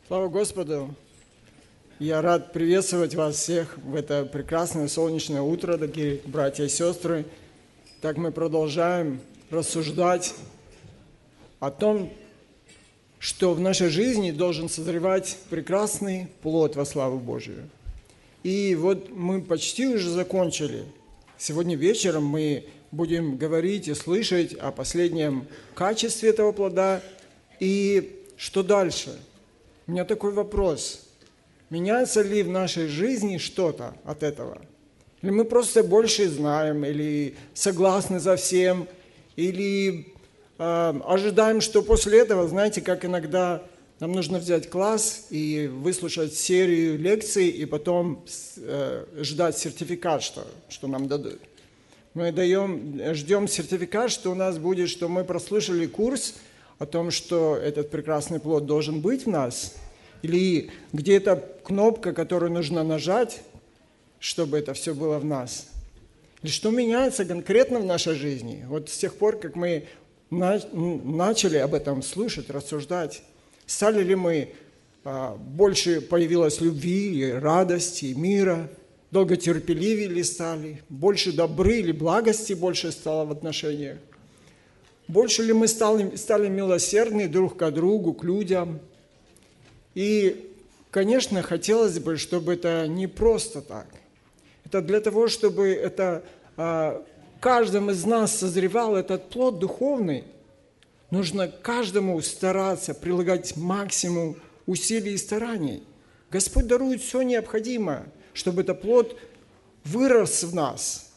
Слава Господу! Я рад приветствовать вас всех в это прекрасное солнечное утро, дорогие братья и сестры. Так мы продолжаем рассуждать о том, что в нашей жизни должен созревать прекрасный плод во славу Божию. И вот мы почти уже закончили. Сегодня вечером мы будем говорить и слышать о последнем качестве этого плода. И что дальше? У меня такой вопрос. Меняется ли в нашей жизни что-то от этого? Или мы просто больше знаем, или согласны со всем, или ожидаем, что после этого, знаете, как иногда нам нужно взять класс и выслушать серию лекций, и потом ждать сертификат, что нам дадут. Мы ждем сертификат, что у нас будет, что мы прослушали курс о том, что этот прекрасный плод должен быть в нас, или где-то кнопка, которую нужно нажать, чтобы это все было в нас. Или что меняется конкретно в нашей жизни? Вот с тех пор, как мы начали об этом слушать, рассуждать, стали ли мы, больше появилось любви, и радости, и мира, долготерпеливее ли стали, больше добры или благости больше стало в отношениях? Больше ли мы стали милосердны друг к другу, к людям? И, конечно, хотелось бы, чтобы это не просто так. Это для того, чтобы это каждому из нас созревал этот плод духовный. Нужно каждому стараться, прилагать максимум усилий и стараний. Господь дарует все необходимое, чтобы этот плод вырос в нас.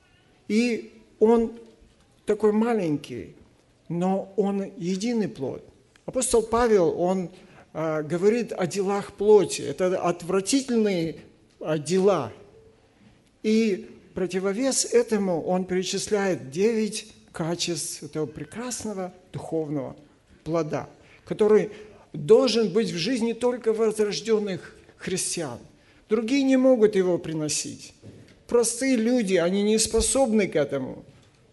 И он такой маленький, но он единый плод. Апостол Павел, он говорит о делах плоти. Это отвратительные дела. И противовес этому он перечисляет 9 качеств этого прекрасного духовного плода, который должен быть в жизни только возрожденных христиан. Другие не могут его приносить. Простые люди, они не способны к этому.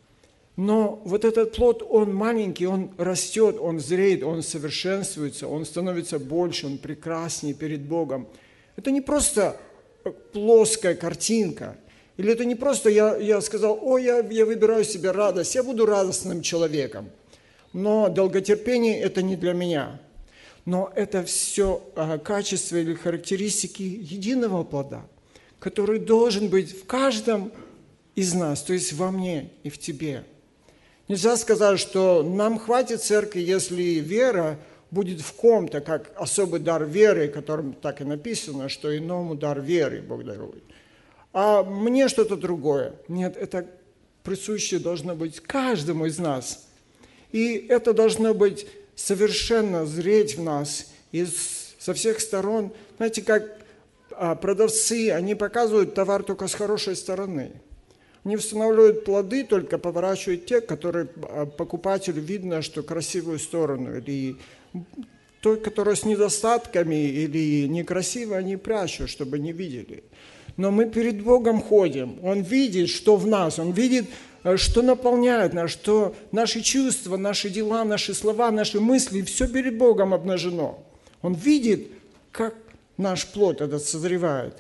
Но вот этот плод, он маленький, он растет, он зреет, он совершенствуется, он становится больше, он прекраснее перед Богом. Это не просто плоская картинка. Или это не просто я сказал, я выбираю себе радость, я буду радостным человеком. Но долготерпение – это не для меня. Но это все качества или характеристики единого плода, который должен быть в каждом из нас, то есть во мне и в тебе. Нельзя сказать, что нам хватит церкви, если вера будет в ком-то, как особый дар веры, которым так и написано, что иному дар веры Бог дарует. А мне что-то другое. Нет, это присуще должно быть каждому из нас. И это должно быть совершенно зреть в нас со всех сторон. Знаете, как продавцы, они показывают товар только с хорошей стороны. Они устанавливают плоды, только поворачивают те, которые покупателю видно, что красивую сторону. Или той, которая с недостатками или некрасиво, они прячут, чтобы не видели. Но мы перед Богом ходим. Он видит, что в нас. Он видит, что наполняет нас, что наши чувства, наши дела, наши слова, наши мысли, все перед Богом обнажено. Он видит, как наш плод этот созревает.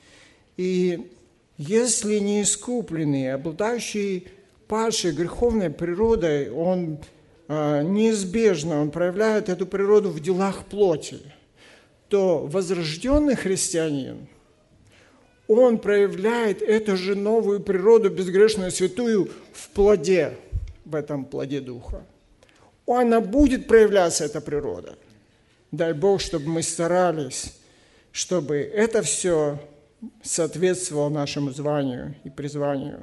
И если не искупленный, обладающий падшей греховной природой, он неизбежно, он проявляет эту природу в делах плоти, то возрожденный христианин, он проявляет эту же новую природу, безгрешную, святую, в плоде, в этом плоде Духа. Она будет проявляться, эта природа. Дай Бог, чтобы мы старались, чтобы это все соответствовало нашему званию и призванию.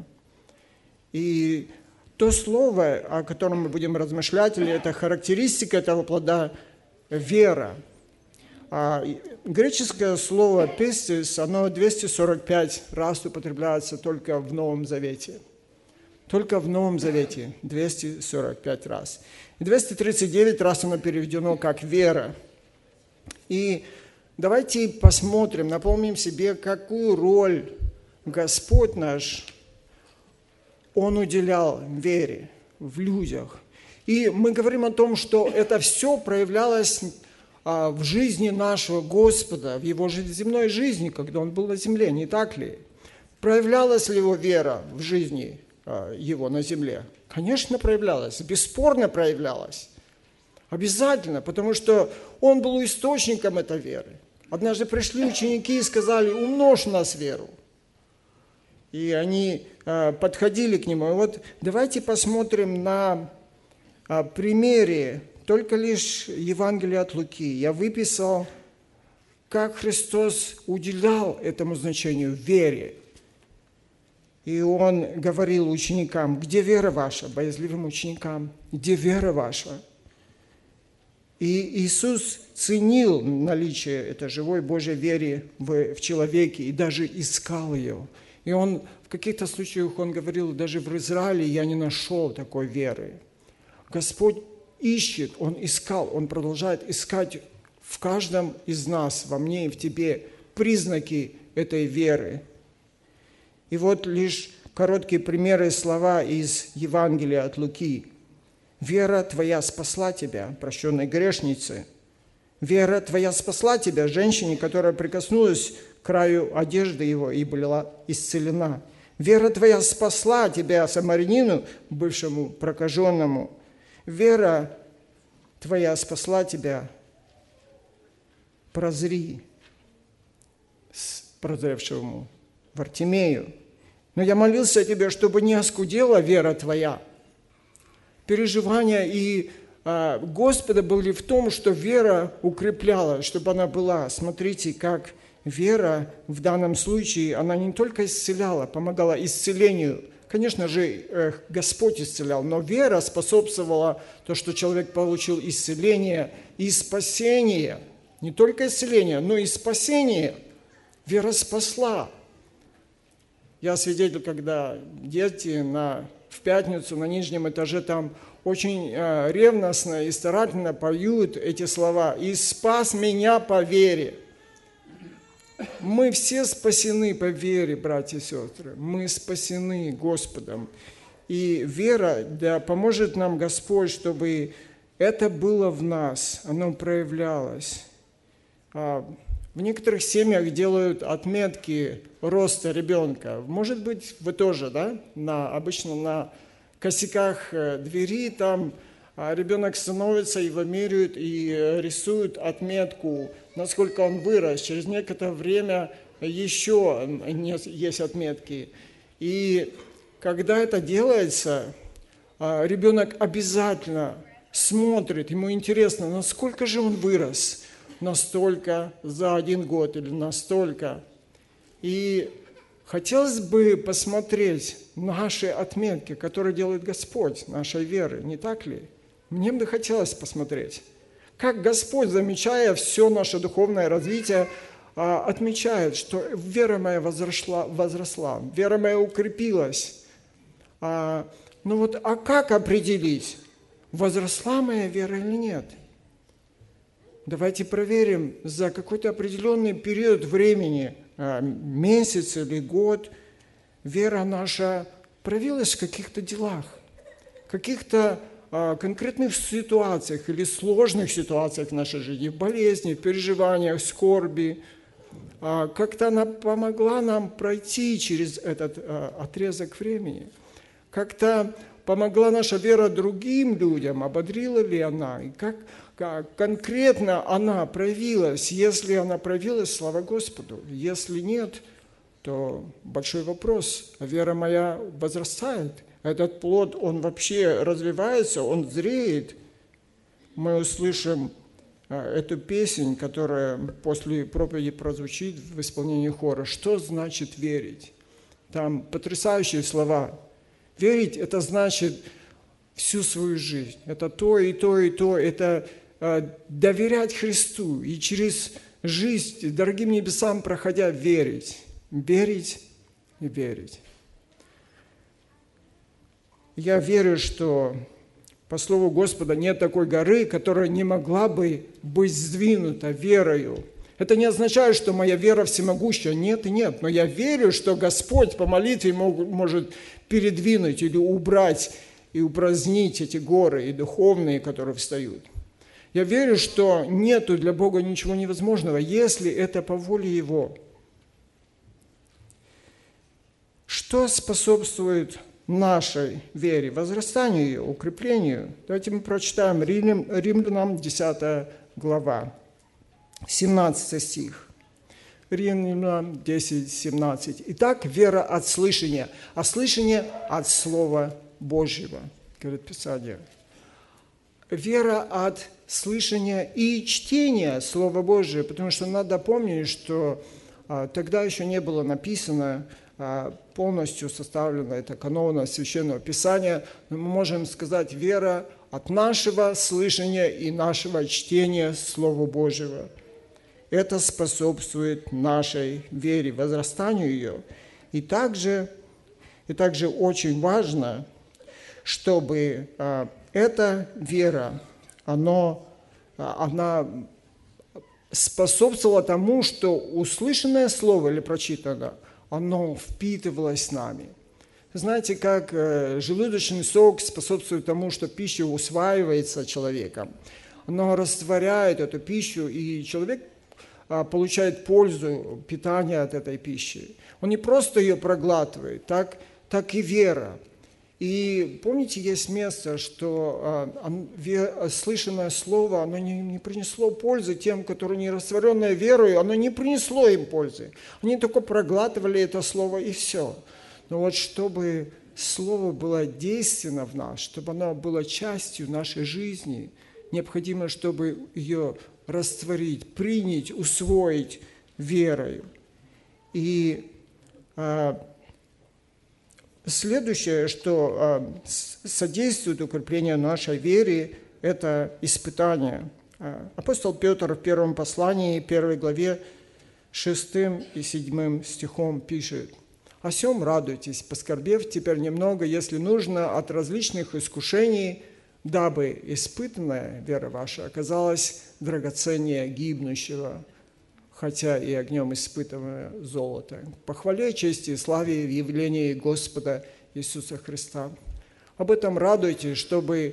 И то слово, о котором мы будем размышлять, или это характеристика этого плода – вера. Греческое слово «пистис», оно 245 раз употребляется только в Новом Завете. Только в Новом Завете 245 раз. И 239 раз оно переведено как «вера». И давайте посмотрим, напомним себе, какую роль Господь наш, Он уделял вере в людях. И мы говорим о том, что это все проявлялось в жизни нашего Господа, в Его земной жизни, когда Он был на земле, не так ли? Проявлялась ли Его вера в жизни Его на земле? Конечно, проявлялась, бесспорно проявлялась. Обязательно, потому что Он был источником этой веры. Однажды пришли ученики и сказали: умножь в нас веру. И они подходили к Нему. И вот давайте посмотрим на примере только лишь Евангелия от Луки. Я выписал, как Христос уделял этому значению вере. И Он говорил ученикам: где вера ваша, боязливым ученикам, где вера ваша? И Иисус ценил наличие этой живой Божьей веры в человеке и даже искал ее. И Он в каких-то случаях Он говорил: даже в Израиле я не нашел такой веры. Господь ищет, Он искал, Он продолжает искать в каждом из нас, во мне и в тебе, признаки этой веры. И вот лишь короткие примеры, слова из Евангелия от Луки. «Вера твоя спасла тебя, прощенной грешнице. Вера твоя спасла тебя, женщине, которая прикоснулась к краю одежды его и была исцелена. Вера твоя спасла тебя, самарянину, бывшему прокаженному. Вера твоя спасла тебя, прозри, прозревшему Вартимею. Но я молился о тебе, чтобы не оскудела вера твоя». Переживания и Господа были в том, что вера укрепляла, чтобы она была. Смотрите, как вера в данном случае, она не только исцеляла, помогала исцелению. Конечно же, Господь исцелял, но вера способствовала то, что человек получил исцеление и спасение. Не только исцеление, но и спасение. Вера спасла. Я свидетель, когда дети в пятницу на нижнем этаже там очень ревностно и старательно поют эти слова: «И спас меня по вере». Мы все спасены по вере, братья и сестры. Мы спасены Господом. И вера, да поможет нам Господь, чтобы это было в нас, оно проявлялось. В некоторых семьях делают отметки роста ребенка. Может быть, вы тоже, да? Обычно на косяках двери там ребенок становится, его меряют и рисуют отметку, насколько он вырос. Через некоторое время еще есть отметки. И когда это делается, ребенок обязательно смотрит, ему интересно, насколько же он вырос. Настолько за 1 год или настолько. И хотелось бы посмотреть наши отметки, которые делает Господь нашей веры, не так ли? Мне бы хотелось посмотреть, как Господь, замечая все наше духовное развитие, отмечает, что вера моя возросла, вера моя укрепилась. А как определить, возросла моя вера или нет? Давайте проверим за какой-то определенный период времени, месяц или год, вера наша проявилась в каких-то делах, в каких-то конкретных ситуациях или сложных ситуациях в нашей жизни, в болезни, в переживаниях, в скорби. Как-то она помогла нам пройти через этот отрезок времени. Как-то помогла наша вера другим людям, ободрила ли она, и как конкретно она проявилась. Если она проявилась, слава Господу. Если нет, то большой вопрос. Вера моя возрастает. Этот плод, он вообще развивается, он зреет. Мы услышим эту песнь, которая после проповеди прозвучит в исполнении хора. Что значит верить? Там потрясающие слова. Верить – это значит всю свою жизнь. Это то и то и то. Это доверять Христу и через жизнь, дорогим небесам проходя, верить. Верить и верить. Я верю, что по слову Господа нет такой горы, которая не могла бы быть сдвинута верою. Это не означает, что моя вера всемогущая. Нет и нет. Но я верю, что Господь по молитве может передвинуть или убрать и упразднить эти горы и духовные, которые встают. Я верю, что нету для Бога ничего невозможного, если это по воле Его. Что способствует нашей вере, возрастанию ее, укреплению? Давайте мы прочитаем Римлянам 10 глава, 17 стих. Римлянам 10, 17. Итак, вера от слышания, а слышание от Слова Божьего, говорит Писание. Вера от слышания и чтения Слова Божьего, потому что надо помнить, что тогда еще не было написано полностью составлено это канона Священного Писания, но мы можем сказать вера от нашего слышания и нашего чтения Слова Божьего. Это способствует нашей вере, возрастанию ее. И также очень важно, чтобы эта вера, она способствовала тому, что услышанное слово или прочитанное, оно впитывалось с нами. Знаете, как желудочный сок способствует тому, что пища усваивается человеком. Оно растворяет эту пищу, и человек получает пользу питания от этой пищи. Он не просто ее проглатывает, так и вера. И помните, есть место, что слышанное слово, оно не принесло пользы тем, которые не растворенные верою, оно не принесло им пользы. Они только проглатывали это слово и все. Но вот чтобы слово было действенно в нас, чтобы оно было частью нашей жизни, необходимо, чтобы ее растворить, принять, усвоить верою. И следующее, что содействует укреплению нашей веры, это испытание. Апостол Петр в первом послании, 1 главе, 6 и 7 стихом пишет: «О сем радуйтесь, поскорбев теперь немного, если нужно, от различных искушений, дабы испытанная вера ваша оказалась драгоценнее гибнущего, хотя и огнем испытываемое золото, по хвале, чести и славе в явлении Господа Иисуса Христа». Об этом радуйтесь, чтобы...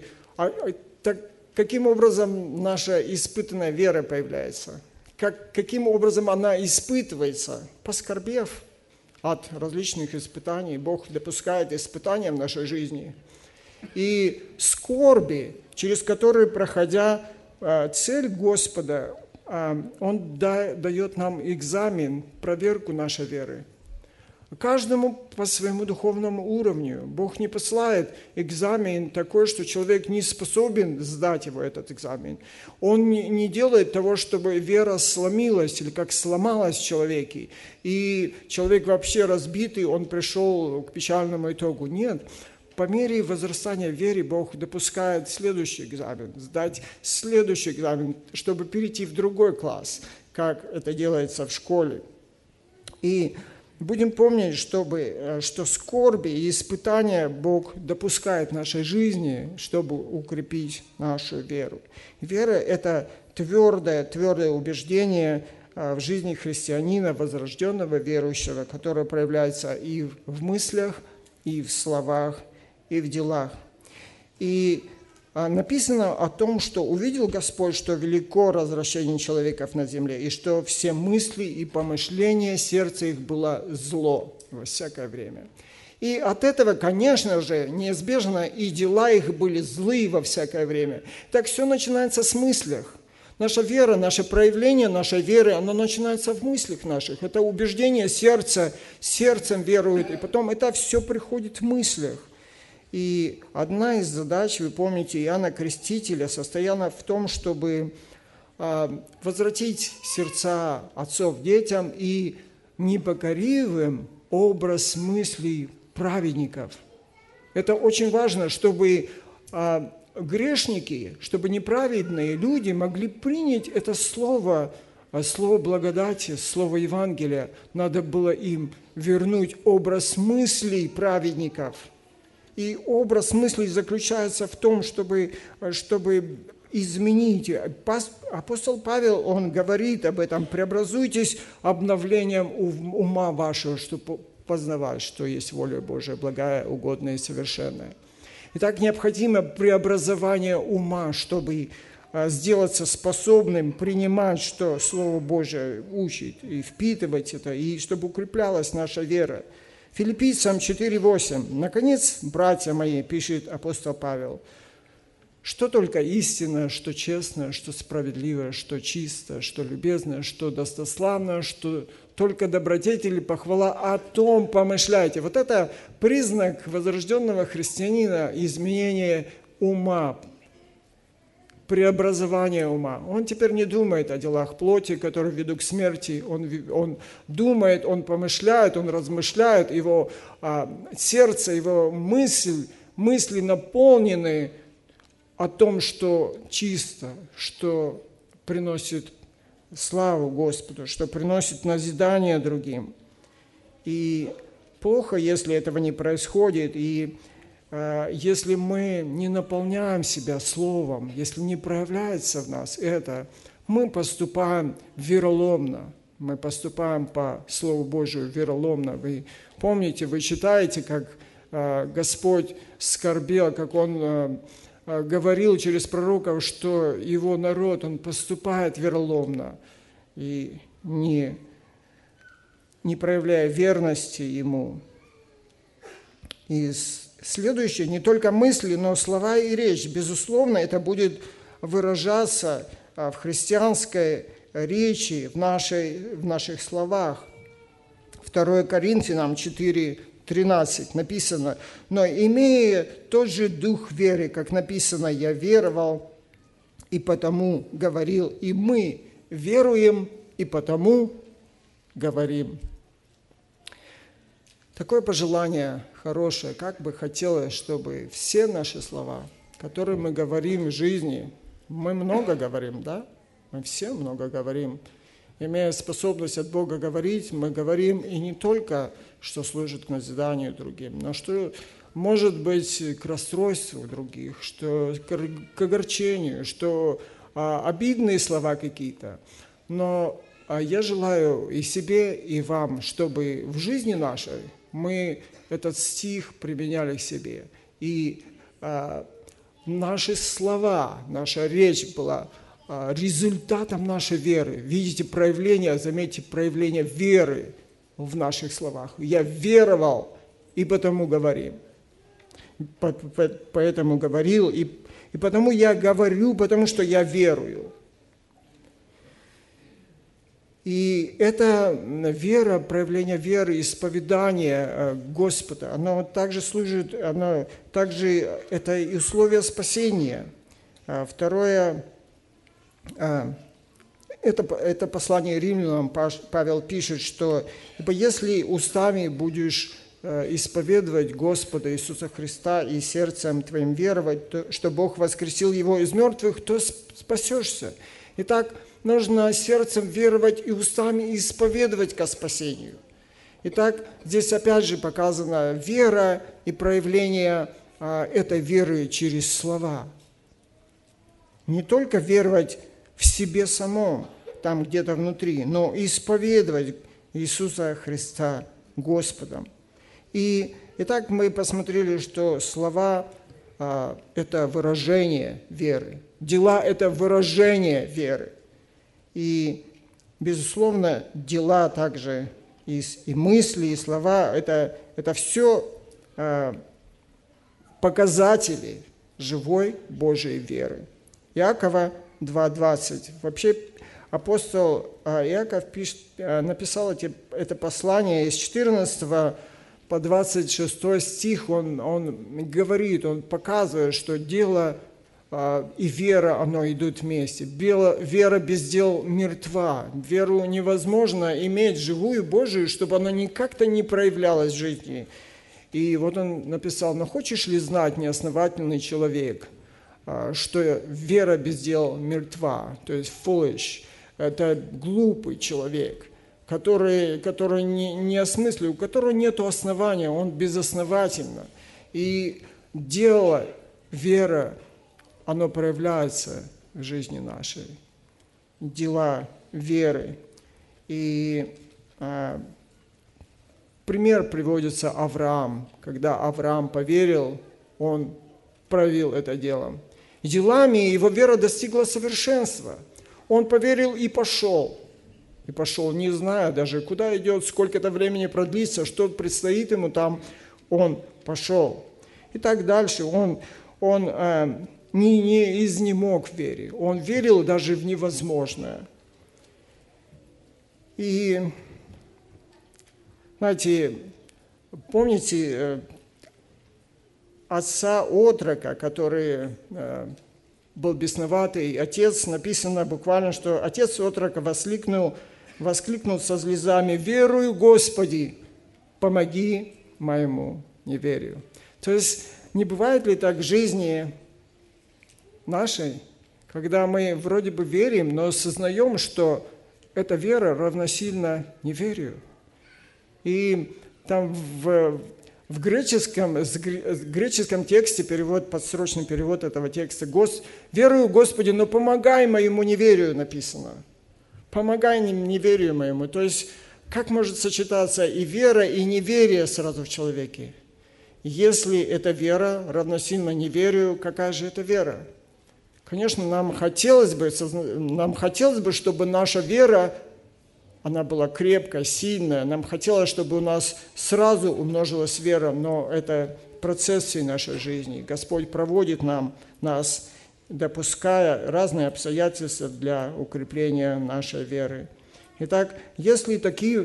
каким образом наша испытанная вера появляется? Каким образом она испытывается? Поскорбев от различных испытаний. Бог допускает испытания в нашей жизни. И скорби, через которые, проходя цель Господа, Он дает нам экзамен, проверку нашей веры. Каждому по своему духовному уровню. Бог не посылает экзамен такой, что человек не способен сдать его, этот экзамен. Он не делает того, чтобы вера сломилась или как сломалась в человеке, и человек вообще разбитый, он пришел к печальному итогу. Нет. По мере возрастания в вере Бог допускает следующий экзамен, сдать следующий экзамен, чтобы перейти в другой класс, как это делается в школе. И будем помнить, что скорби и испытания Бог допускает в нашей жизни, чтобы укрепить нашу веру. Вера – это твердое убеждение в жизни христианина, возрожденного верующего, которое проявляется и в мыслях, и в словах, и в делах. И написано о том, что увидел Господь, что велико развращение человеков на земле, и что все мысли и помышления сердца их было зло во всякое время. И от этого, конечно же, неизбежно и дела их были злые во всякое время. Так все начинается с мыслях. Наша вера, наше проявление нашей веры, оно начинается в мыслях наших. Это убеждение сердца, сердцем верует, и потом это все приходит в мыслях. И одна из задач, вы помните, Иоанна Крестителя состояла в том, чтобы возвратить сердца отцов детям и непокоривым образ мыслей праведников. Это очень важно, чтобы грешники, чтобы неправедные люди могли принять это слово благодати, слово Евангелия. Надо было им вернуть образ мыслей праведников. И образ мыслей заключается в том, чтобы изменить. Апостол Павел, он говорит об этом: преобразуйтесь обновлением ума вашего, чтобы познавать, что есть воля Божия, благая, угодная и совершенная. Итак, необходимо преобразование ума, чтобы сделаться способным принимать, что Слово Божие учит, и впитывать это, и чтобы укреплялась наша вера. Филиппийцам 4:8. «Наконец, братья мои, пишет апостол Павел, что только истинно, что честно, что справедливо, что чисто, что любезно, что достославно, что только добродетель и похвала, о том помышляйте». Вот это признак возрожденного христианина, изменение ума, преобразование ума. Он теперь не думает о делах плоти, которые ведут к смерти. Он думает, он помышляет, он размышляет. Его сердце, его мысли наполнены о том, что чисто, что приносит славу Господу, что приносит назидание другим. И плохо, если этого не происходит, и если мы не наполняем себя Словом, если не проявляется в нас это, мы поступаем вероломно, мы поступаем по Слову Божию вероломно. Вы помните, вы читаете, как Господь скорбел, как Он говорил через пророков, что Его народ, он поступает вероломно и не проявляя верности Ему. И следующее, не только мысли, но слова и речь. Безусловно, это будет выражаться в христианской речи, в наших словах. 2 Коринфянам 4:13 написано: «Но имея тот же дух веры, как написано, я веровал, и потому говорил, и мы веруем, и потому говорим». Такое пожелание хорошее, как бы хотелось, чтобы все наши слова, которые мы говорим в жизни, мы много говорим, да? Мы все много говорим. Имея способность от Бога говорить, мы говорим и не только, что служит к назиданию другим, но что может быть к расстройству других, что к огорчению, что обидные слова какие-то. Но я желаю и себе, и вам, чтобы в жизни нашей мы этот стих применяли к себе. И наши слова, наша речь была результатом нашей веры. Видите проявление, заметьте, проявление веры в наших словах. Я веровал, и потому говорим. Поэтому говорил, и потому я говорю, потому что я верую. И это вера, проявление веры, исповедание Господа, оно также служит, это и условие спасения. Второе, это послание римлянам, Павел пишет, что если устами будешь исповедовать Господа Иисуса Христа и сердцем твоим веровать, что Бог воскресил Его из мертвых, то спасешься. Итак, нужно сердцем веровать и устами исповедовать ко спасению. Итак, здесь опять же показана вера и проявление этой веры через слова. Не только веровать в себе самом, там где-то внутри, но исповедовать Иисуса Христа Господом. И итак, мы посмотрели, что слова – это выражение веры, дела – это выражение веры. И, безусловно, дела также, и мысли, и слова – это все показатели живой Божией веры. Иакова 2:20. Вообще апостол Иаков написал это послание из 14 по 26 стих. Он говорит, он показывает, что дело и вера, оно идут вместе. Вера без дел мертва. Веру невозможно иметь живую Божию, чтобы она никак-то не проявлялась в жизни. И вот он написал: «Но хочешь ли знать, неосновательный человек, что вера без дел мертва?» То есть foolish. Это глупый человек, который не осмыслил, у которого нет основания, он безосновательно. И дело, вера, оно проявляется в жизни нашей. Дела веры. И пример приводится Авраам. Когда Авраам поверил, он проявил это дело. И делами его вера достигла совершенства. Он поверил и пошел. И пошел, не зная даже, куда идет, сколько это времени продлится, что предстоит ему там. Он пошел. И так дальше. Он не изнемог в вере. Он верил даже в невозможное. И, знаете, помните отца отрока, который был бесноватый отец, написано буквально, что отец отрока воскликнул со слезами: «Верую, Господи, помоги моему неверию». То есть не бывает ли так в жизни нашей, когда мы вроде бы верим, но осознаем, что эта вера равносильна неверию? И там в греческом тексте, подсрочный перевод этого текста, «Верую, Господи, но помогай моему неверию» написано. «Помогай неверию моему». То есть, как может сочетаться и вера, и неверие сразу в человеке? Если эта вера равносильна неверию, какая же это вера? Конечно, нам хотелось бы, чтобы наша вера, она была крепкая, сильная. Нам хотелось, чтобы у нас сразу умножилась вера, но это процесс всей нашей жизни. Господь проводит нас, допуская разные обстоятельства для укрепления нашей веры. Итак, если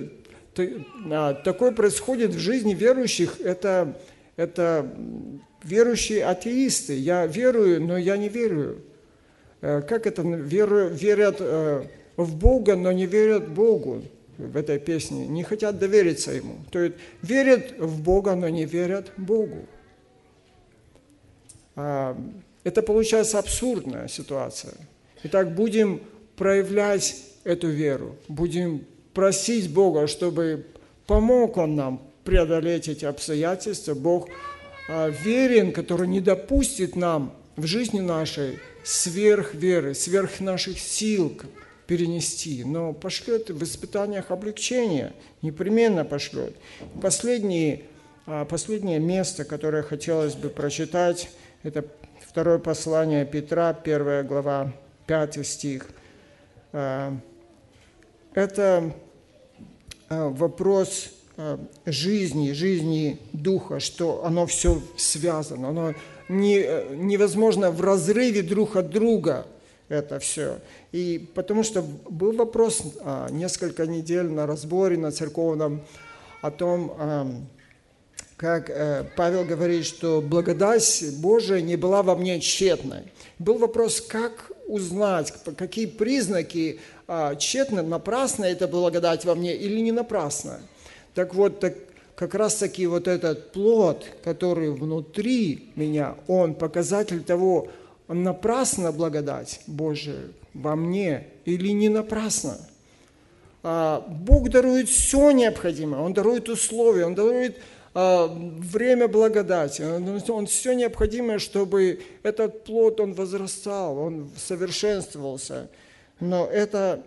такое происходит в жизни верующих, это верующие атеисты. Я верую, но я не верую. Как это? Верят в Бога, но не верят Богу в этой песне. Не хотят довериться Ему. То есть верят в Бога, но не верят Богу. Это получается абсурдная ситуация. Итак, будем проявлять эту веру. Будем просить Бога, чтобы помог Он нам преодолеть эти обстоятельства. Бог верен, который не допустит нам в жизни нашей сверх веры, сверх наших сил перенести, но пошлет в испытаниях облегчения, непременно пошлет. Последнее место, которое хотелось бы прочитать, это второе послание Петра, 1 глава, 5 стих. Это вопрос жизни духа, что оно все связано, оно невозможно в разрыве друг от друга это все. И потому что был вопрос несколько недель на разборе, на церковном, о том, как Павел говорит, что благодать Божия не была во мне тщетной. Был вопрос, как узнать, какие признаки тщетно, напрасно эта благодать во мне или не напрасно. Так вот, как раз-таки вот этот плод, который внутри меня, он показатель того, напрасно благодать Божия во мне или не напрасно. Бог дарует все необходимое, Он дарует условия, Он дарует время благодати, Он все необходимое, чтобы этот плод, он возрастал, он совершенствовался. Но это...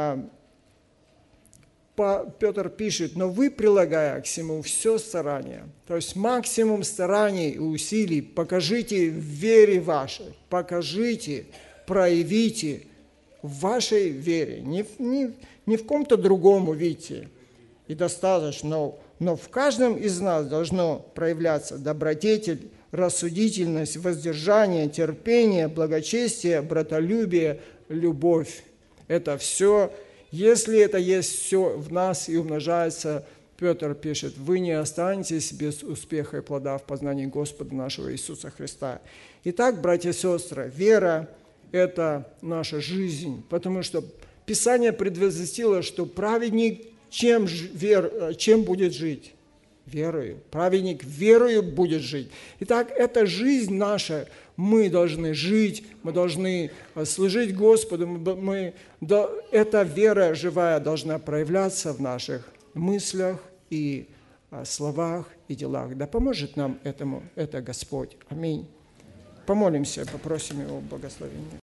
Петр пишет: но вы, прилагая к всему все старание, то есть максимум стараний и усилий, покажите в вере вашей, покажите, проявите в вашей вере, не в ком-то другом увидите, и достаточно, но в каждом из нас должно проявляться добродетель, рассудительность, воздержание, терпение, благочестие, братолюбие, любовь. Это все. Если это есть все в нас и умножается, Петр пишет: вы не останетесь без успеха и плода в познании Господа нашего Иисуса Христа. Итак, братья и сестры, вера – это наша жизнь, потому что Писание предвозвестило, что праведник чем будет жить? Верою. Праведник верою будет жить. Итак, это жизнь наша. Мы должны жить, мы должны служить Господу. Эта вера живая должна проявляться в наших мыслях и словах и делах. Да поможет нам это Господь. Аминь. Помолимся, попросим Его благословения.